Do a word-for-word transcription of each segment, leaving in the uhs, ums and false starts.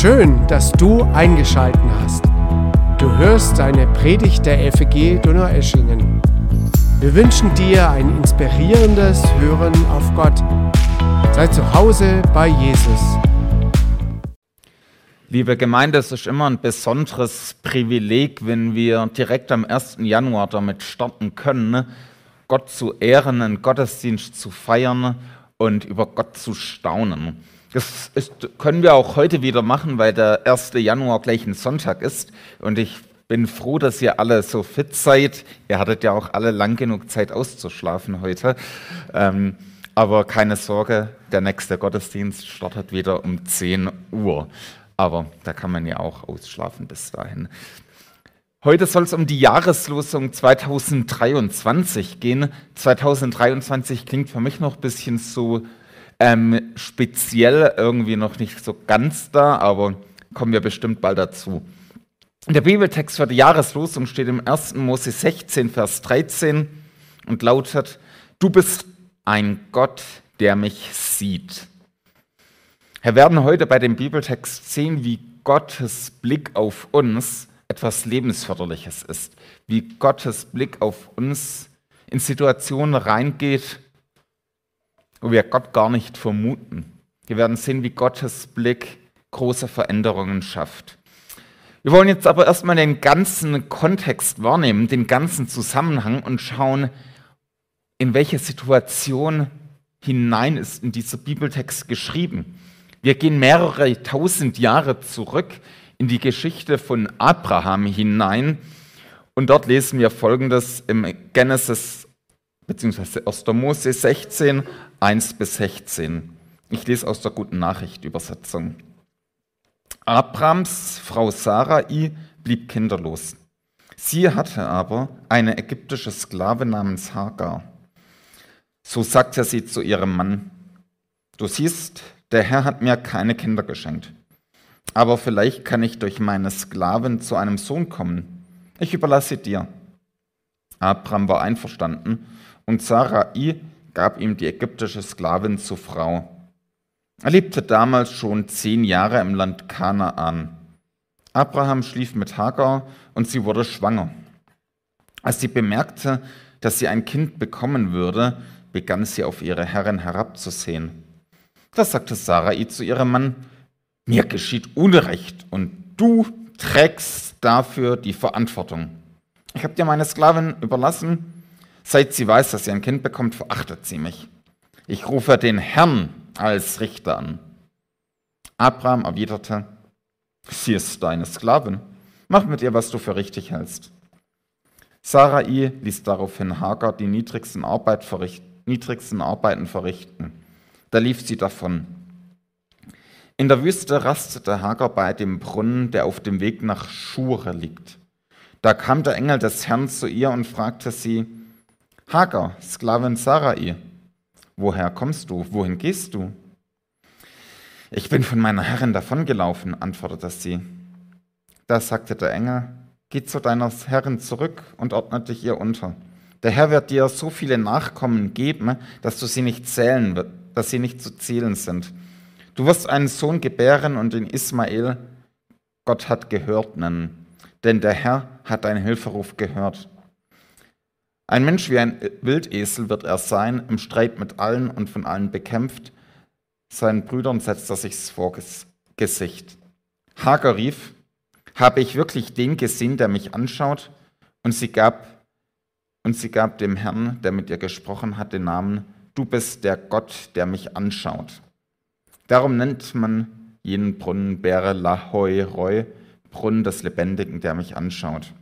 Schön, dass du eingeschaltet hast. Du hörst eine Predigt der F E G Donaueschingen. Wir wünschen dir ein inspirierendes Hören auf Gott. Sei zu Hause bei Jesus. Liebe Gemeinde, es ist immer ein besonderes Privileg, wenn wir direkt am ersten Januar damit starten können, Gott zu ehren, einen Gottesdienst zu feiern und über Gott zu staunen. Das ist, können wir auch heute wieder machen, weil der erste Januar gleich ein Sonntag ist. Und ich bin froh, dass ihr alle so fit seid. Ihr hattet ja auch alle lang genug Zeit auszuschlafen heute. Ähm, aber keine Sorge, der nächste Gottesdienst startet wieder um zehn Uhr. Aber da kann man ja auch ausschlafen bis dahin. Heute soll es um die Jahreslosung zweitausenddreiundzwanzig gehen. zweitausenddreiundzwanzig klingt für mich noch ein bisschen so ähm, speziell, irgendwie noch nicht so ganz da, aber kommen wir bestimmt bald dazu. Der Bibeltext für die Jahreslosung steht im ersten Mose sechzehn, Vers dreizehn und lautet: Du bist ein Gott, der mich sieht. Wir werden heute bei dem Bibeltext sehen, wie Gottes Blick auf uns etwas Lebensförderliches ist, wie Gottes Blick auf uns in Situationen reingeht, wo wir Gott gar nicht vermuten. Wir werden sehen, wie Gottes Blick große Veränderungen schafft. Wir wollen jetzt aber erstmal den ganzen Kontext wahrnehmen, den ganzen Zusammenhang und schauen, in welche Situation hinein ist in dieser Bibeltext geschrieben. Wir gehen mehrere tausend Jahre zurück in die Geschichte von Abraham hinein und dort lesen wir Folgendes im Genesis bzw. erster Mose sechzehn, eins bis sechzehn. Ich lese aus der Guten Nachricht Übersetzung. Abrams Frau Sarai blieb kinderlos. Sie hatte aber eine ägyptische Sklavin namens Hagar. So sagte sie zu ihrem Mann: Du siehst, der Herr hat mir keine Kinder geschenkt. Aber vielleicht kann ich durch meine Sklavin zu einem Sohn kommen. Ich überlasse dir. Abram war einverstanden und Sarai gab ihm die ägyptische Sklavin zur Frau. Er lebte damals schon zehn Jahre im Land Kanaan. Abraham schlief mit Hagar und sie wurde schwanger. Als sie bemerkte, dass sie ein Kind bekommen würde, begann sie auf ihre Herrin herabzusehen. Da sagte Sarai zu ihrem Mann: Mir geschieht Unrecht und du trägst dafür die Verantwortung. Ich habe dir meine Sklavin überlassen. Seit sie weiß, dass sie ein Kind bekommt, verachtet sie mich. Ich rufe den Herrn als Richter an. Abraham erwiderte: Sie ist deine Sklavin. Mach mit ihr, was du für richtig hältst. Sarai ließ daraufhin Hagar die niedrigsten, Arbeit verrichten, niedrigsten Arbeiten verrichten. Da lief sie davon. In der Wüste rastete Hagar bei dem Brunnen, der auf dem Weg nach Schure liegt. Da kam der Engel des Herrn zu ihr und fragte sie: Hagar, Sklavin Sarai, woher kommst du? Wohin gehst du? Ich bin von meiner Herrin davongelaufen, antwortete sie. Da sagte der Engel: Geh zu deiner Herrin zurück und ordne dich ihr unter. Der Herr wird dir so viele Nachkommen geben, dass du sie nicht zählen wirst. dass sie nicht zu zählen sind. Du wirst einen Sohn gebären und den Ismael, Gott hat gehört, nennen, denn der Herr hat deinen Hilferuf gehört. Ein Mensch wie ein Wildesel wird er sein, im Streit mit allen und von allen bekämpft. Seinen Brüdern setzt er sich's vor Gesicht. Hagar rief: Habe ich wirklich den gesehen, der mich anschaut? Und sie gab, und sie gab dem Herrn, der mit ihr gesprochen hat, den Namen: Du bist der Gott, der mich anschaut. Darum nennt man jenen Brunnen Beer Lahai Roi, Brunnen des Lebendigen, der mich anschaut.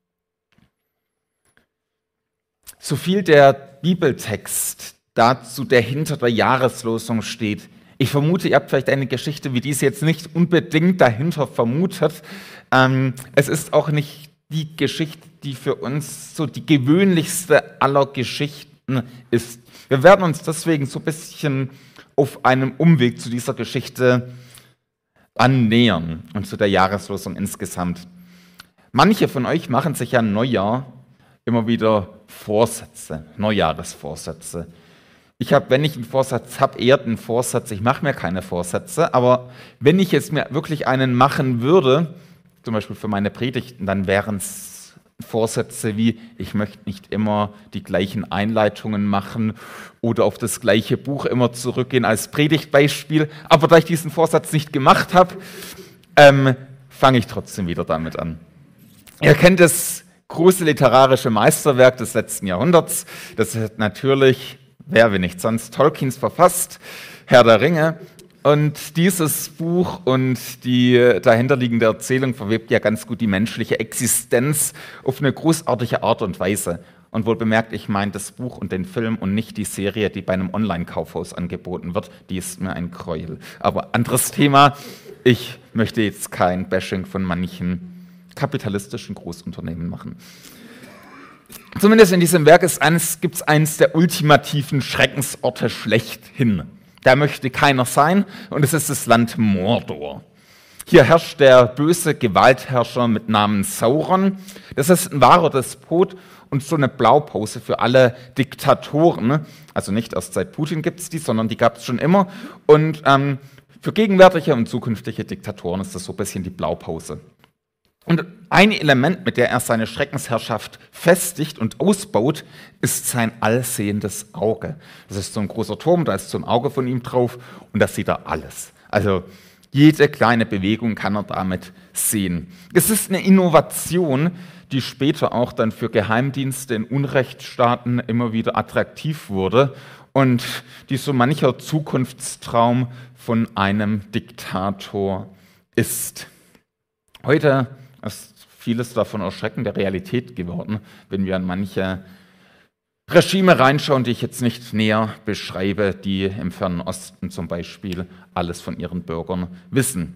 So viel der Bibeltext dazu, der hinter der Jahreslosung steht. Ich vermute, ihr habt vielleicht eine Geschichte wie diese jetzt nicht unbedingt dahinter vermutet. Ähm, es ist auch nicht die Geschichte, die für uns so die gewöhnlichste aller Geschichten ist. Wir werden uns deswegen so ein bisschen auf einem Umweg zu dieser Geschichte annähern und zu der Jahreslosung insgesamt. Manche von euch machen sich ja Neujahr immer wieder Vorsätze, Neujahresvorsätze. Ich habe, wenn ich einen Vorsatz habe, eher den Vorsatz, ich mache mir keine Vorsätze, aber wenn ich jetzt mir wirklich einen machen würde, zum Beispiel für meine Predigten, dann wären es Vorsätze wie, ich möchte nicht immer die gleichen Einleitungen machen oder auf das gleiche Buch immer zurückgehen als Predigtbeispiel, aber da ich diesen Vorsatz nicht gemacht habe, ähm, fange ich trotzdem wieder damit an. Ihr kennt das große literarische Meisterwerk des letzten Jahrhunderts, das hat natürlich, wer will nicht sonst, Tolkiens verfasst, Herr der Ringe. Und dieses Buch und die dahinterliegende Erzählung verwebt ja ganz gut die menschliche Existenz auf eine großartige Art und Weise. Und wohl bemerkt, ich meine das Buch und den Film und nicht die Serie, die bei einem Online-Kaufhaus angeboten wird. Die ist mir ein Gräuel. Aber anderes Thema. Ich möchte jetzt kein Bashing von manchen kapitalistischen Großunternehmen machen. Zumindest in diesem Werk gibt es eines der ultimativen Schreckensorte schlechthin. Da möchte keiner sein und es ist das Land Mordor. Hier herrscht der böse Gewaltherrscher mit Namen Sauron. Das ist ein wahrer Despot und so eine Blaupause für alle Diktatoren. Also nicht erst seit Putin gibt es die, sondern die gab es schon immer. Und ähm, für gegenwärtige und zukünftige Diktatoren ist das so ein bisschen die Blaupause. Und ein Element, mit der er seine Schreckensherrschaft festigt und ausbaut, ist sein allsehendes Auge. Das ist so ein großer Turm, da ist so ein Auge von ihm drauf und das sieht er alles. Also jede kleine Bewegung kann er damit sehen. Es ist eine Innovation, die später auch dann für Geheimdienste in Unrechtsstaaten immer wieder attraktiv wurde und die so mancher Zukunftstraum von einem Diktator ist. Heute ist vieles davon erschreckend der Realität geworden, wenn wir an manche Regime reinschauen, die ich jetzt nicht näher beschreibe, die im Fernen Osten zum Beispiel alles von ihren Bürgern wissen.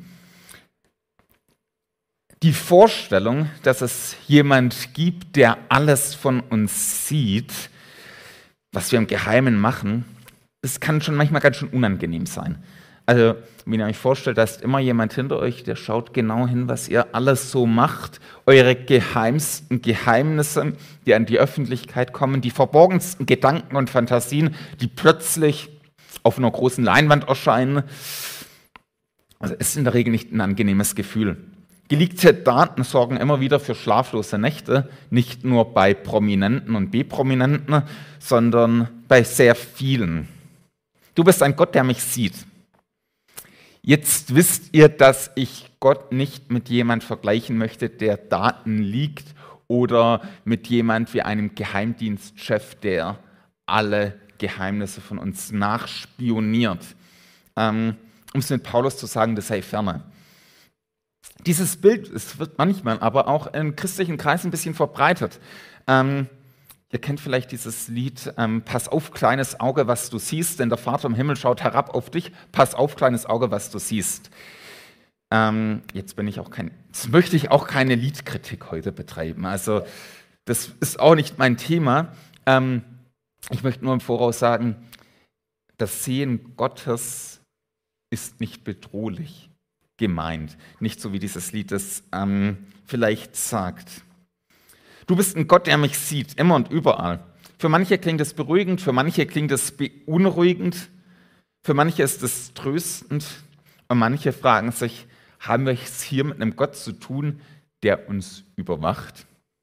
Die Vorstellung, dass es jemand gibt, der alles von uns sieht, was wir im Geheimen machen, das kann schon manchmal ganz schön unangenehm sein. Also, wenn ihr euch vorstellt, da ist immer jemand hinter euch, der schaut genau hin, was ihr alles so macht, eure geheimsten Geheimnisse, die an die Öffentlichkeit kommen, die verborgensten Gedanken und Fantasien, die plötzlich auf einer großen Leinwand erscheinen. Also, es ist in der Regel nicht ein angenehmes Gefühl. Geleakte Daten sorgen immer wieder für schlaflose Nächte, nicht nur bei Prominenten und B-Prominenten, sondern bei sehr vielen. Du bist ein Gott, der mich sieht. Jetzt wisst ihr, dass ich Gott nicht mit jemand vergleichen möchte, der Daten leakt oder mit jemand wie einem Geheimdienstchef, der alle Geheimnisse von uns nachspioniert. Ähm, um es mit Paulus zu sagen, das sei ferne. Dieses Bild, es wird manchmal aber auch in christlichen Kreisen ein bisschen verbreitet. Ähm, Ihr kennt vielleicht dieses Lied, ähm, pass auf, kleines Auge, was du siehst, denn der Vater im Himmel schaut herab auf dich. Pass auf, kleines Auge, was du siehst. Ähm, jetzt bin ich auch kein, jetzt möchte ich auch keine Liedkritik heute betreiben. Also das ist auch nicht mein Thema. Ähm, ich möchte nur im Voraus sagen, das Sehen Gottes ist nicht bedrohlich gemeint. Nicht so wie dieses Lied es ähm, vielleicht sagt. Du bist ein Gott, der mich sieht, immer und überall. Für manche klingt es beruhigend, für manche klingt es beunruhigend, für manche ist es tröstend und manche fragen sich, haben wir es hier mit einem Gott zu tun, der uns überwacht?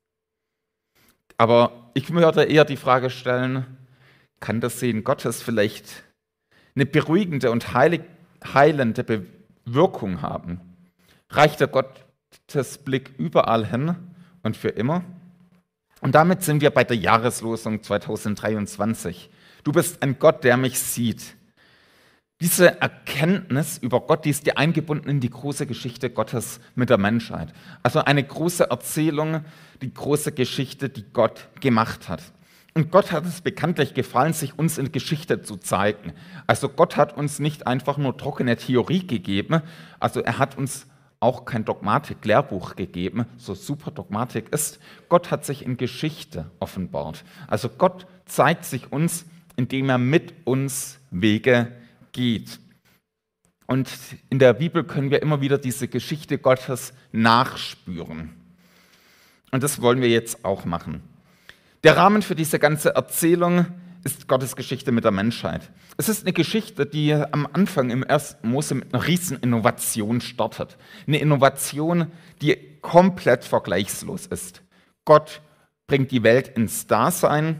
Aber ich würde eher die Frage stellen, kann das Sehen Gottes vielleicht eine beruhigende und heilig, heilende Wirkung haben? Reicht der Gottes Blick überall hin und für immer? Und damit sind wir bei der Jahreslosung zweitausenddreiundzwanzig. Du bist ein Gott, der mich sieht. Diese Erkenntnis über Gott, die ist ja eingebunden in die große Geschichte Gottes mit der Menschheit. Also eine große Erzählung, die große Geschichte, die Gott gemacht hat. Und Gott hat es bekanntlich gefallen, sich uns in Geschichte zu zeigen. Also Gott hat uns nicht einfach nur trockene Theorie gegeben, also er hat uns auch kein Dogmatik-Lehrbuch gegeben, so super Dogmatik ist. Gott hat sich in Geschichte offenbart. Also Gott zeigt sich uns, indem er mit uns Wege geht. Und in der Bibel können wir immer wieder diese Geschichte Gottes nachspüren. Und das wollen wir jetzt auch machen. Der Rahmen für diese ganze Erzählung ist Gottes Geschichte mit der Menschheit. Es ist eine Geschichte, die am Anfang im ersten Mose mit einer riesen Innovation startet. Eine Innovation, die komplett vergleichslos ist. Gott bringt die Welt ins Dasein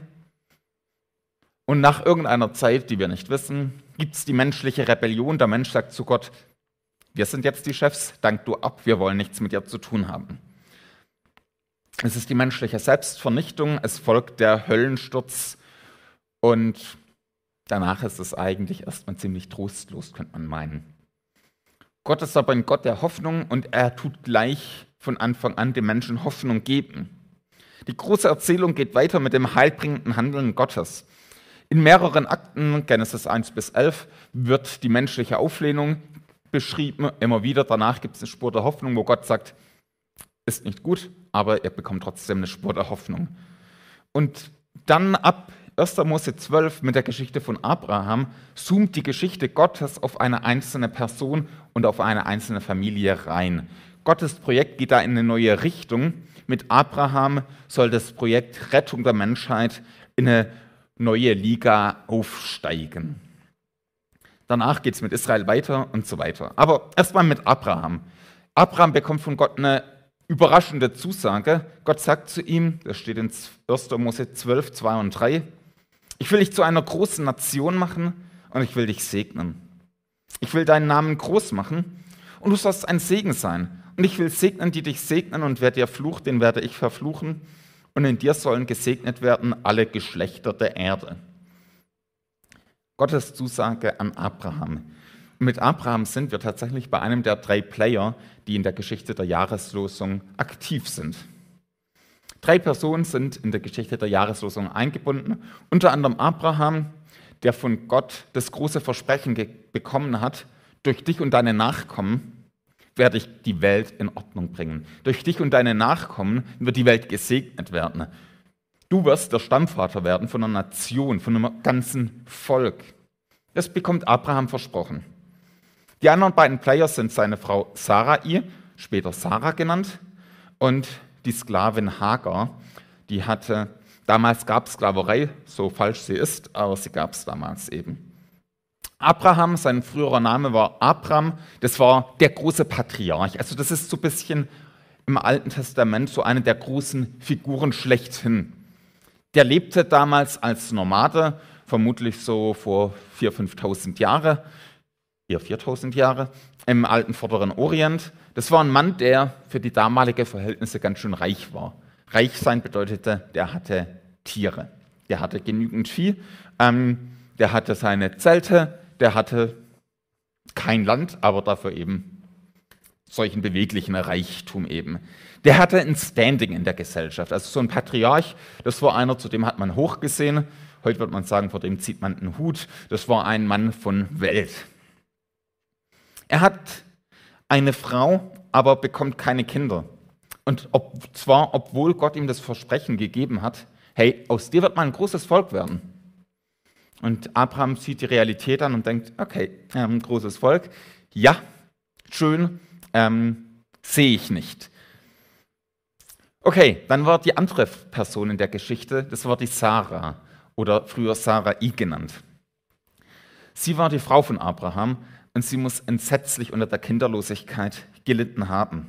und nach irgendeiner Zeit, die wir nicht wissen, gibt es die menschliche Rebellion. Der Mensch sagt zu Gott, wir sind jetzt die Chefs, dank du ab, wir wollen nichts mit dir zu tun haben. Es ist die menschliche Selbstvernichtung, es folgt der Höllensturz und danach ist es eigentlich erstmal ziemlich trostlos, könnte man meinen. Gott ist aber ein Gott der Hoffnung und er tut gleich von Anfang an den Menschen Hoffnung geben. Die große Erzählung geht weiter mit dem heilbringenden Handeln Gottes. In mehreren Akten, Genesis eins bis elf, wird die menschliche Auflehnung beschrieben. Immer wieder danach gibt es eine Spur der Hoffnung, wo Gott sagt, ist nicht gut, aber ihr bekommt trotzdem eine Spur der Hoffnung. Und dann ab erster Mose zwölf mit der Geschichte von Abraham zoomt die Geschichte Gottes auf eine einzelne Person und auf eine einzelne Familie rein. Gottes Projekt geht da in eine neue Richtung. Mit Abraham soll das Projekt Rettung der Menschheit in eine neue Liga aufsteigen. Danach geht es mit Israel weiter und so weiter. Aber erstmal mit Abraham. Abraham bekommt von Gott eine überraschende Zusage. Gott sagt zu ihm, das steht in erster Mose zwölf, zwei und drei, ich will dich zu einer großen Nation machen und ich will dich segnen. Ich will deinen Namen groß machen und du sollst ein Segen sein. Und ich will segnen, die dich segnen und wer dir flucht, den werde ich verfluchen. Und in dir sollen gesegnet werden alle Geschlechter der Erde. Gottes Zusage an Abraham. Und mit Abraham sind wir tatsächlich bei einem der drei Player, die in der Geschichte der Jahreslosung aktiv sind. Drei Personen sind in der Geschichte der Jahreslosung eingebunden, unter anderem Abraham, der von Gott das große Versprechen bekommen hat, durch dich und deine Nachkommen werde ich die Welt in Ordnung bringen. Durch dich und deine Nachkommen wird die Welt gesegnet werden. Du wirst der Stammvater werden von einer Nation, von einem ganzen Volk. Das bekommt Abraham versprochen. Die anderen beiden Player sind seine Frau Sarai, später Sarah genannt, und die Sklavin Hagar. Die hatte, damals gab es Sklaverei, so falsch sie ist, aber sie gab es damals eben. Abraham, sein früherer Name war Abram, das war der große Patriarch. Also das ist so ein bisschen im Alten Testament so eine der großen Figuren schlechthin. Der lebte damals als Nomade, vermutlich so vor viertausend, fünftausend Jahre, eher viertausend Jahre, im alten Vorderen Orient. Das war ein Mann, der für die damalige Verhältnisse ganz schön reich war. Reich sein bedeutete, der hatte Tiere, der hatte genügend Vieh, ähm, der hatte seine Zelte, der hatte kein Land, aber dafür eben solchen beweglichen Reichtum eben. Der hatte ein Standing in der Gesellschaft. Also so ein Patriarch, das war einer, zu dem hat man hochgesehen. Heute wird man sagen, vor dem zieht man einen Hut. Das war ein Mann von Welt. Er hat eine Frau, aber bekommt keine Kinder. Und ob, zwar, obwohl Gott ihm das Versprechen gegeben hat, hey, aus dir wird mal ein großes Volk werden. Und Abraham sieht die Realität an und denkt, okay, ein großes Volk, ja, schön, ähm, sehe ich nicht. Okay, dann war die andere Person in der Geschichte, das war die Sarah oder früher Sarai genannt. Sie war die Frau von Abraham und sie muss entsetzlich unter der Kinderlosigkeit gelitten haben.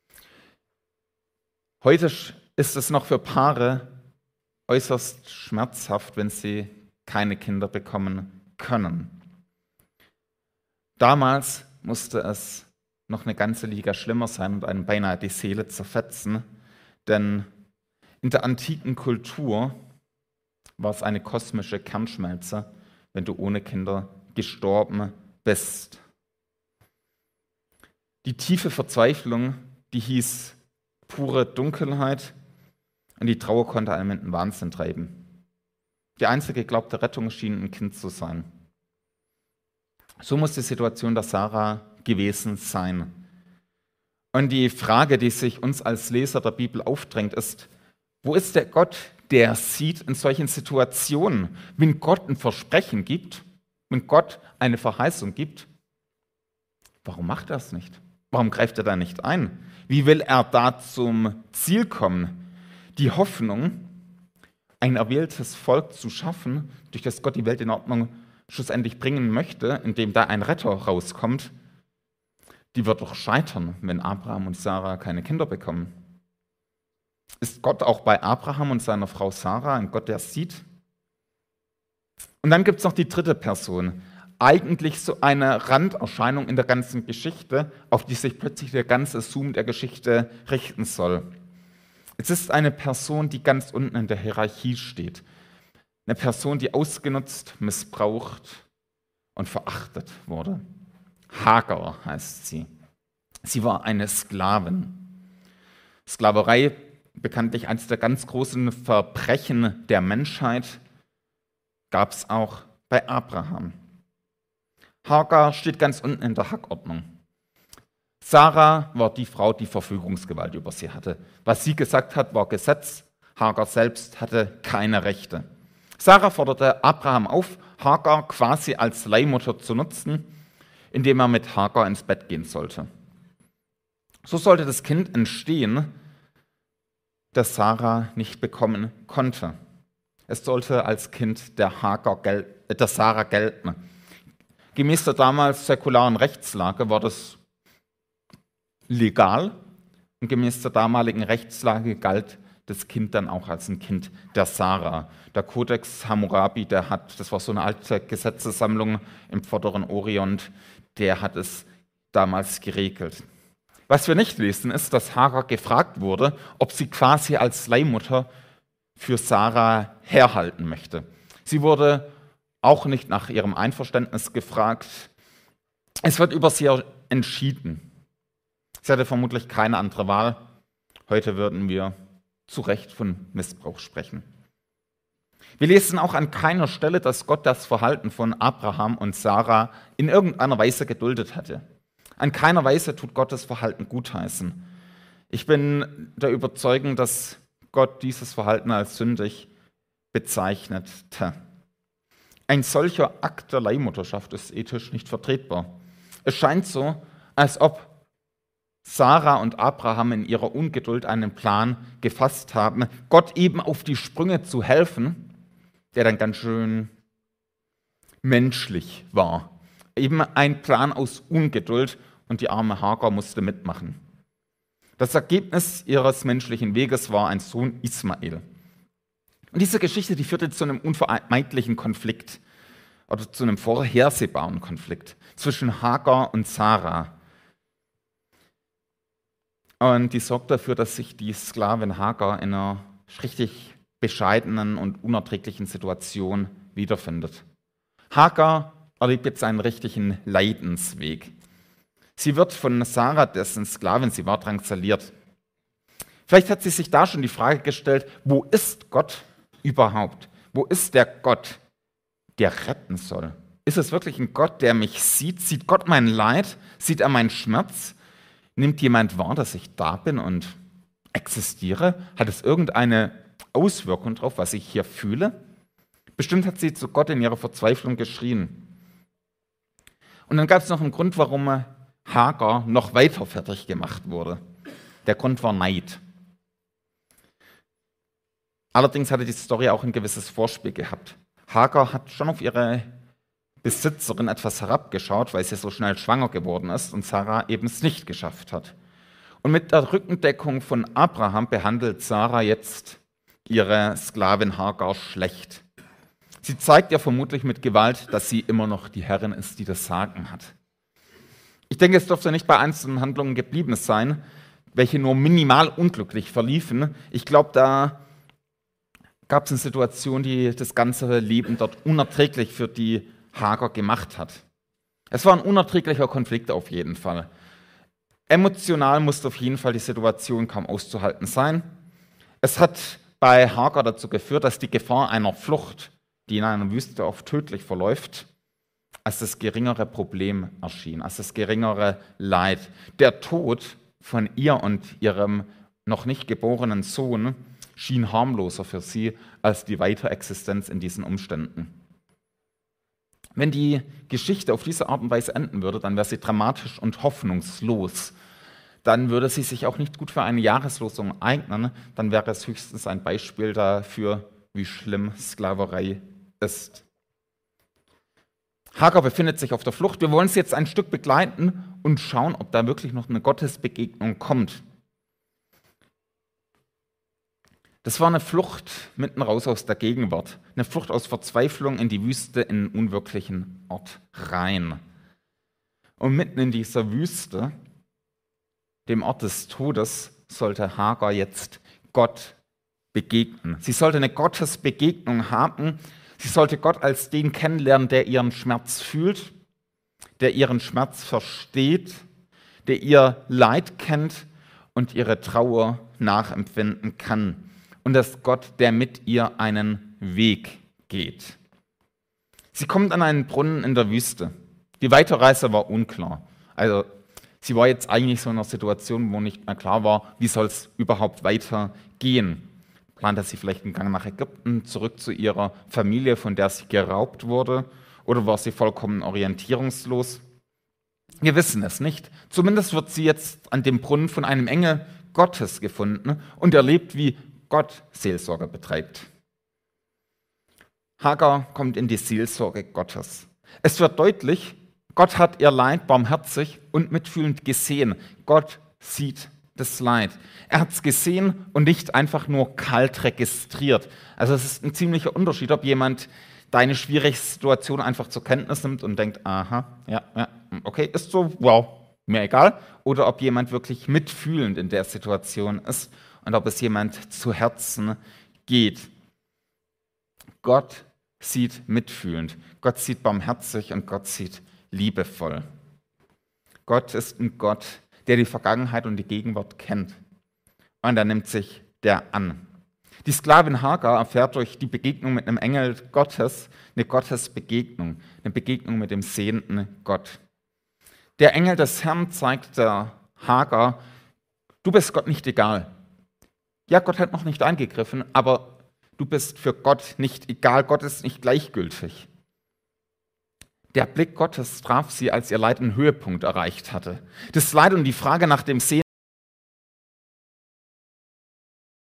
Heute ist es noch für Paare äußerst schmerzhaft, wenn sie keine Kinder bekommen können. Damals musste es noch eine ganze Liga schlimmer sein und einem beinahe die Seele zerfetzen, denn in der antiken Kultur war es eine kosmische Kernschmelze, wenn du ohne Kinder gestorben bist. Die tiefe Verzweiflung, die hieß pure Dunkelheit und die Trauer konnte einen in den Wahnsinn treiben. Die einzige geglaubte Rettung schien ein Kind zu sein. So muss die Situation der Sarah gewesen sein. Und die Frage, die sich uns als Leser der Bibel aufdrängt, ist, wo ist der Gott, der sieht in solchen Situationen, wenn Gott ein Versprechen gibt, wenn Gott eine Verheißung gibt, warum macht er es nicht? Warum greift er da nicht ein? Wie will er da zum Ziel kommen? Die Hoffnung ein erwähltes Volk zu schaffen, durch das Gott die Welt in Ordnung schlussendlich bringen möchte, indem da ein Retter rauskommt, die wird doch scheitern, wenn Abraham und Sarah keine Kinder bekommen. Ist Gott auch bei Abraham und seiner Frau Sarah ein Gott, der sieht? Und dann gibt es noch die dritte Person. Eigentlich so eine Randerscheinung in der ganzen Geschichte, auf die sich plötzlich der ganze Zoom der Geschichte richten soll. Es ist eine Person, die ganz unten in der Hierarchie steht. Eine Person, die ausgenutzt, missbraucht und verachtet wurde. Hagar heißt sie. Sie war eine Sklavin. Sklaverei, bekanntlich eines der ganz großen Verbrechen der Menschheit, gab es auch bei Abraham. Hagar steht ganz unten in der Hackordnung. Sarah war die Frau, die Verfügungsgewalt über sie hatte. Was sie gesagt hat, war Gesetz. Hagar selbst hatte keine Rechte. Sarah forderte Abraham auf, Hagar quasi als Leihmutter zu nutzen, indem er mit Hagar ins Bett gehen sollte. So sollte das Kind entstehen, das Sarah nicht bekommen konnte. Es sollte als Kind der, Hagar gel- der Sarah gelten. Gemäß der damals säkularen Rechtslage war das legal und gemäß der damaligen Rechtslage galt das Kind dann auch als ein Kind der Sarah. Der Kodex Hammurabi, der hat, das war so eine alte Gesetzessammlung im Vorderen Orient, der hat es damals geregelt. Was wir nicht lesen, ist, dass Hagar gefragt wurde, ob sie quasi als Leihmutter für Sarah herhalten möchte. Sie wurde auch nicht nach ihrem Einverständnis gefragt. Es wird über sie entschieden. Sie hatte vermutlich keine andere Wahl. Heute würden wir zu Recht von Missbrauch sprechen. Wir lesen auch an keiner Stelle, dass Gott das Verhalten von Abraham und Sarah in irgendeiner Weise geduldet hatte. An keiner Weise tut Gottes Verhalten gutheißen. Ich bin der Überzeugung, dass Gott dieses Verhalten als sündig bezeichnete. Ein solcher Akt der Leihmutterschaft ist ethisch nicht vertretbar. Es scheint so, als ob Sarah und Abraham in ihrer Ungeduld einen Plan gefasst haben, Gott eben auf die Sprünge zu helfen, der dann ganz schön menschlich war. Eben ein Plan aus Ungeduld und die arme Hagar musste mitmachen. Das Ergebnis ihres menschlichen Weges war ein Sohn Ismael. Und diese Geschichte, die führte zu einem unvermeidlichen Konflikt oder zu einem vorhersehbaren Konflikt zwischen Hagar und Sarah. Und die sorgt dafür, dass sich die Sklavin Hagar in einer richtig bescheidenen und unerträglichen Situation wiederfindet. Hagar erlebt jetzt einen richtigen Leidensweg. Sie wird von Sarah, dessen Sklavin sie war, drangsaliert. Vielleicht hat sie sich da schon die Frage gestellt, wo ist Gott überhaupt? Wo ist der Gott, der retten soll? Ist es wirklich ein Gott, der mich sieht? Sieht Gott mein Leid? Sieht er meinen Schmerz? Nimmt jemand wahr, dass ich da bin und existiere? Hat es irgendeine Auswirkung darauf, was ich hier fühle? Bestimmt hat sie zu Gott in ihrer Verzweiflung geschrien. Und dann gab es noch einen Grund, warum Hagar noch weiter fertig gemacht wurde. Der Grund war Neid. Allerdings hatte die Story auch ein gewisses Vorspiel gehabt. Hagar hat schon auf ihre Besitzerin etwas herabgeschaut, weil sie so schnell schwanger geworden ist und Sarah eben es nicht geschafft hat. Und mit der Rückendeckung von Abraham behandelt Sarah jetzt ihre Sklavin Hagar schlecht. Sie zeigt ihr vermutlich mit Gewalt, dass sie immer noch die Herrin ist, die das Sagen hat. Ich denke, es dürfte nicht bei einzelnen Handlungen geblieben sein, welche nur minimal unglücklich verliefen. Ich glaube, da gab es eine Situation, die das ganze Leben dort unerträglich für die Hagar gemacht hat. Es war ein unerträglicher Konflikt auf jeden Fall. Emotional musste auf jeden Fall die Situation kaum auszuhalten sein. Es hat bei Hagar dazu geführt, dass die Gefahr einer Flucht, die in einer Wüste oft tödlich verläuft, als das geringere Problem erschien, als das geringere Leid. Der Tod von ihr und ihrem noch nicht geborenen Sohn schien harmloser für sie als die Weiterexistenz in diesen Umständen. Wenn die Geschichte auf diese Art und Weise enden würde, dann wäre sie dramatisch und hoffnungslos. Dann würde sie sich auch nicht gut für eine Jahreslosung eignen, dann wäre es höchstens ein Beispiel dafür, wie schlimm Sklaverei ist. Hagar befindet sich auf der Flucht. Wir wollen sie jetzt ein Stück begleiten und schauen, ob da wirklich noch eine Gottesbegegnung kommt. Das war eine Flucht mitten raus aus der Gegenwart. Eine Flucht aus Verzweiflung in die Wüste, in einen unwirklichen Ort rein. Und mitten in dieser Wüste, dem Ort des Todes, sollte Hagar jetzt Gott begegnen. Sie sollte eine Gottesbegegnung haben. Sie sollte Gott als den kennenlernen, der ihren Schmerz fühlt, der ihren Schmerz versteht, der ihr Leid kennt und ihre Trauer nachempfinden kann. Und das Gott, der mit ihr einen Weg geht. Sie kommt an einen Brunnen in der Wüste. Die Weiterreise war unklar. Also sie war jetzt eigentlich so in einer Situation, wo nicht mehr klar war, wie soll es überhaupt weitergehen. Plante sie vielleicht einen Gang nach Ägypten, zurück zu ihrer Familie, von der sie geraubt wurde? Oder war sie vollkommen orientierungslos? Wir wissen es nicht. Zumindest wird sie jetzt an dem Brunnen von einem Engel Gottes gefunden und erlebt, wie Gott Seelsorge betreibt. Hagar kommt in die Seelsorge Gottes. Es wird deutlich, Gott hat ihr Leid barmherzig und mitfühlend gesehen. Gott sieht das Leid. Er hat es gesehen und nicht einfach nur kalt registriert. Also es ist ein ziemlicher Unterschied, ob jemand deine schwierige Situation einfach zur Kenntnis nimmt und denkt, aha, ja, ja, okay, ist so, wow, mir egal. Oder ob jemand wirklich mitfühlend in der Situation ist und ob es jemand zu Herzen geht. Gott sieht mitfühlend, Gott sieht barmherzig und Gott sieht liebevoll. Gott ist ein Gott, der die Vergangenheit und die Gegenwart kennt. Und er nimmt sich der an. Die Sklavin Hagar erfährt durch die Begegnung mit einem Engel Gottes eine Gottesbegegnung, eine Begegnung mit dem sehenden Gott. Der Engel des Herrn zeigt der Hagar, du bist Gott nicht egal. Ja, Gott hat noch nicht eingegriffen, aber du bist für Gott nicht egal, Gott ist nicht gleichgültig. Der Blick Gottes traf sie, als ihr Leid einen Höhepunkt erreicht hatte. Das Leid und die Frage nach dem Sehen